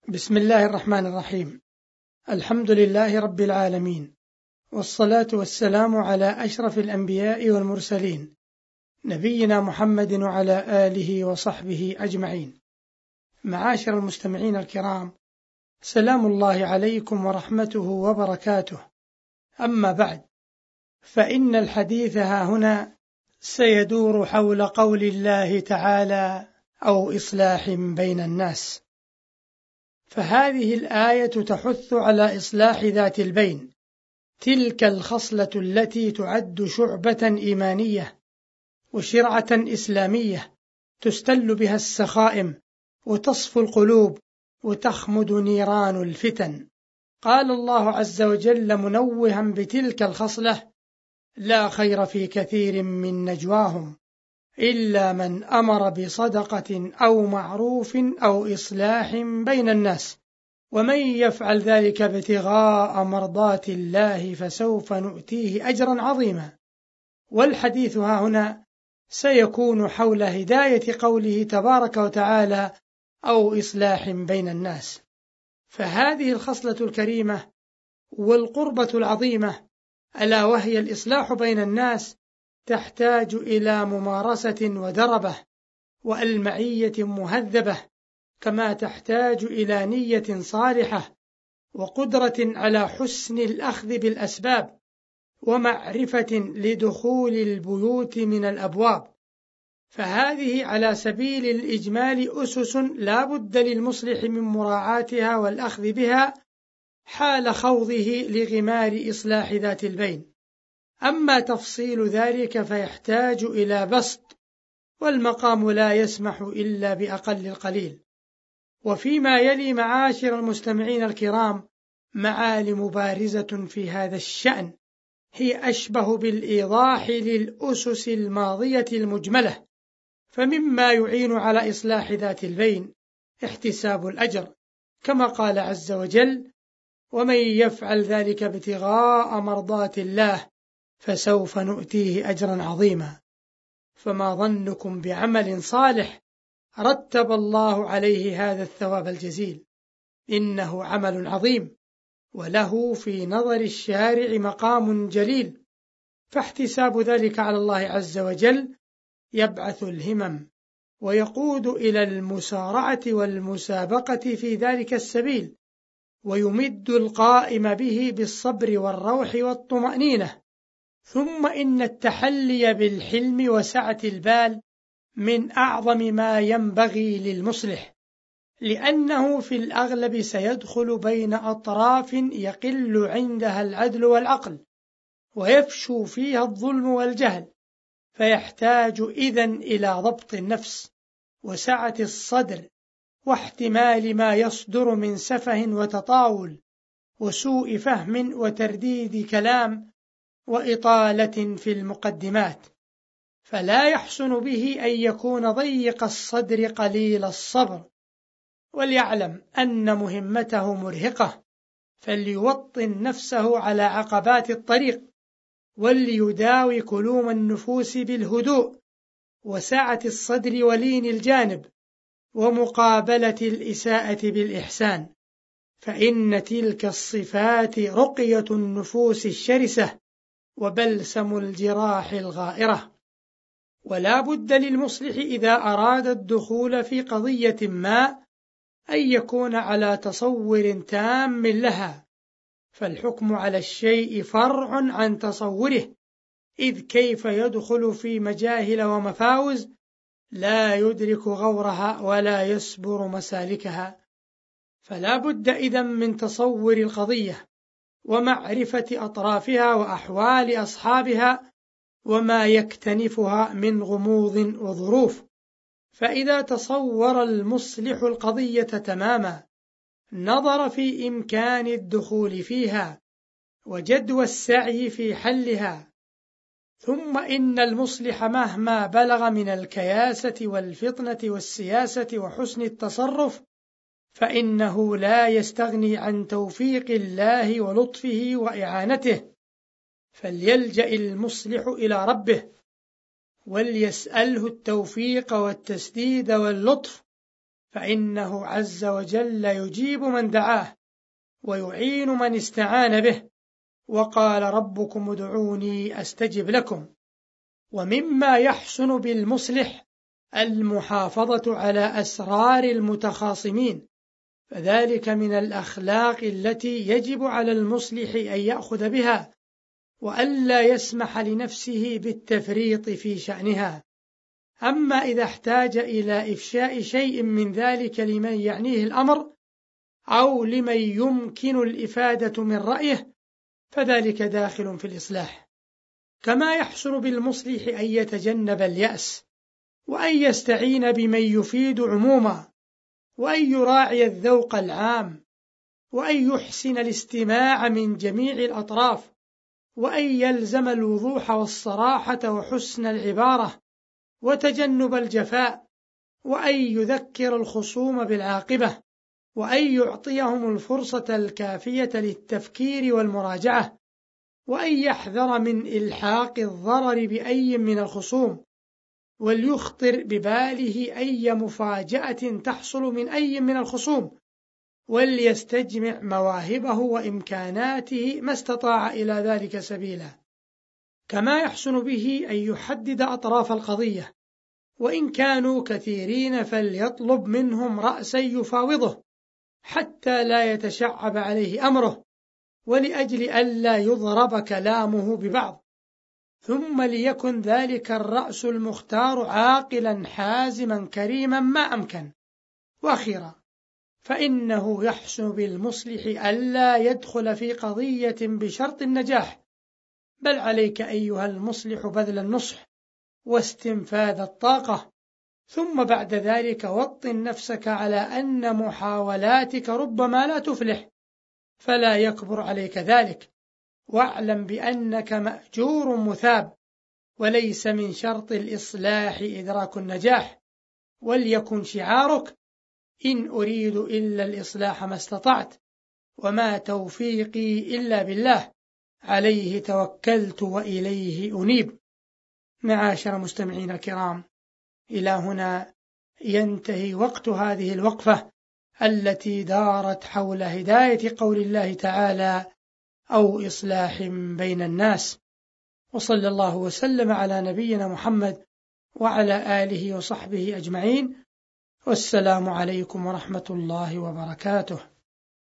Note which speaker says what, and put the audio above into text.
Speaker 1: بسم الله الرحمن الرحيم. الحمد لله رب العالمين، والصلاة والسلام على أشرف الأنبياء والمرسلين، نبينا محمد وعلى آله وصحبه أجمعين. معاشر المستمعين الكرام، سلام الله عليكم ورحمته وبركاته. أما بعد، فإن الحديث هنا سيدور حول قول الله تعالى: أو إصلاح بين الناس. فهذه الآية تحث على إصلاح ذات البين، تلك الخصلة التي تعد شعبة إيمانية وشرعة إسلامية تستل بها السخائم وتصفو القلوب وتخمد نيران الفتن. قال الله عز وجل منوها بتلك الخصلة: لا خير في كثير من نجواهم إلا من أمر بصدقة أو معروف أو إصلاح بين الناس، ومن يفعل ذلك ابتغاء مرضات الله فسوف نؤتيه أجرا عظيما. والحديث هنا سيكون حول هداية قوله تبارك وتعالى: أو إصلاح بين الناس. فهذه الخصلة الكريمة والقربة العظيمة، ألا وهي الإصلاح بين الناس، تحتاج إلى ممارسة ودربة وألمعية مهذبة، كما تحتاج إلى نية صالحة وقدرة على حسن الأخذ بالأسباب ومعرفة لدخول البيوت من الأبواب. فهذه على سبيل الإجمال أسس لا بد للمصلح من مراعاتها والأخذ بها حال خوضه لغمار إصلاح ذات البين. أما تفصيل ذلك فيحتاج إلى بسط، والمقام لا يسمح إلا بأقل القليل. وفيما يلي معاشر المستمعين الكرام معالم بارزة في هذا الشأن، هي أشبه بالإيضاح للأسس الماضية المجملة. فمما يعين على إصلاح ذات البين احتساب الأجر، كما قال عز وجل: ومن يفعل ذلك ابتغاء مرضات الله فسوف نؤتيه أجرا عظيما. فما ظنكم بعمل صالح رتب الله عليه هذا الثواب الجزيل؟ إنه عمل عظيم، وله في نظر الشارع مقام جليل. فاحتساب ذلك على الله عز وجل يبعث الهمم ويقود إلى المسارعة والمسابقة في ذلك السبيل، ويمد القائم به بالصبر والروح والطمأنينة. ثم إن التحلي بالحلم وسعة البال من أعظم ما ينبغي للمصلح، لأنه في الأغلب سيدخل بين أطراف يقل عندها العدل والعقل، ويفشو فيها الظلم والجهل، فيحتاج إذن إلى ضبط النفس وسعة الصدر واحتمال ما يصدر من سفه وتطاول وسوء فهم وترديد كلام وإطالة في المقدمات. فلا يحسن به أن يكون ضيق الصدر قليل الصبر، وليعلم أن مهمته مرهقة، فليوطن نفسه على عقبات الطريق، وليداوي كلوم النفوس بالهدوء وسعة الصدر ولين الجانب ومقابلة الإساءة بالإحسان، فإن تلك الصفات رقية النفوس الشرسة وبلسم الجراح الغائرة. ولا بد للمصلح إذا أراد الدخول في قضية ما أن يكون على تصور تام لها، فالحكم على الشيء فرع عن تصوره، إذ كيف يدخل في مجاهل ومفاوز لا يدرك غورها ولا يسبر مسالكها. فلا بد إذن من تصور القضية ومعرفة أطرافها وأحوال أصحابها وما يكتنفها من غموض وظروف. فإذا تصور المصلح القضية تماما نظر في إمكان الدخول فيها وجدوى السعي في حلها. ثم إن المصلح مهما بلغ من الكياسة والفطنة والسياسة وحسن التصرف، فإنه لا يستغني عن توفيق الله ولطفه وإعانته، فليلجأ المصلح إلى ربه وليسأله التوفيق والتسديد واللطف، فإنه عز وجل يجيب من دعاه ويعين من استعان به، وقال ربكم ادعوني أستجب لكم. ومما يحسن بالمصلح المحافظة على أسرار المتخاصمين، فذلك من الأخلاق التي يجب على المصلح أن يأخذ بها، وألا يسمح لنفسه بالتفريط في شأنها. أما إذا احتاج إلى إفشاء شيء من ذلك لمن يعنيه الأمر أو لمن يمكن الإفادة من رأيه، فذلك داخل في الإصلاح. كما يحسن بالمصلح أن يتجنب اليأس، وأن يستعين بمن يفيد عموما، وأن يراعي الذوق العام، وأن يحسن الاستماع من جميع الأطراف، وأن يلزم الوضوح والصراحة وحسن العبارة وتجنب الجفاء، وأن يذكر الخصوم بالعاقبة، وأن يعطيهم الفرصة الكافية للتفكير والمراجعة، وأن يحذر من إلحاق الضرر بأي من الخصوم، وليخطر بباله أي مفاجأة تحصل من أي من الخصوم، وليستجمع مواهبه وإمكاناته ما استطاع إلى ذلك سبيلا. كما يحسن به أن يحدد أطراف القضية، وإن كانوا كثيرين فليطلب منهم رأسا يفاوضه حتى لا يتشعب عليه أمره، ولأجل ألا يضرب كلامه ببعض، ثم ليكن ذلك الرأس المختار عاقلا حازما كريما ما أمكن. وأخيرا، فإنه يحسن بالمصلح ألا يدخل في قضية بشرط النجاح، بل عليك أيها المصلح بذل النصح واستنفاذ الطاقة، ثم بعد ذلك وطن نفسك على أن محاولاتك ربما لا تفلح، فلا يكبر عليك ذلك، واعلم بأنك مأجور مثاب، وليس من شرط الإصلاح إدراك النجاح، وليكن شعارك: إن أريد إلا الإصلاح ما استطعت، وما توفيقي إلا بالله، عليه توكلت وإليه أنيب. معاشر مستمعين الكرام، إلى هنا ينتهي وقت هذه الوقفة التي دارت حول هداية قول الله تعالى: أو إصلاح بين الناس. وصلى الله وسلم على نبينا محمد وعلى آله وصحبه أجمعين، والسلام عليكم ورحمة الله وبركاته.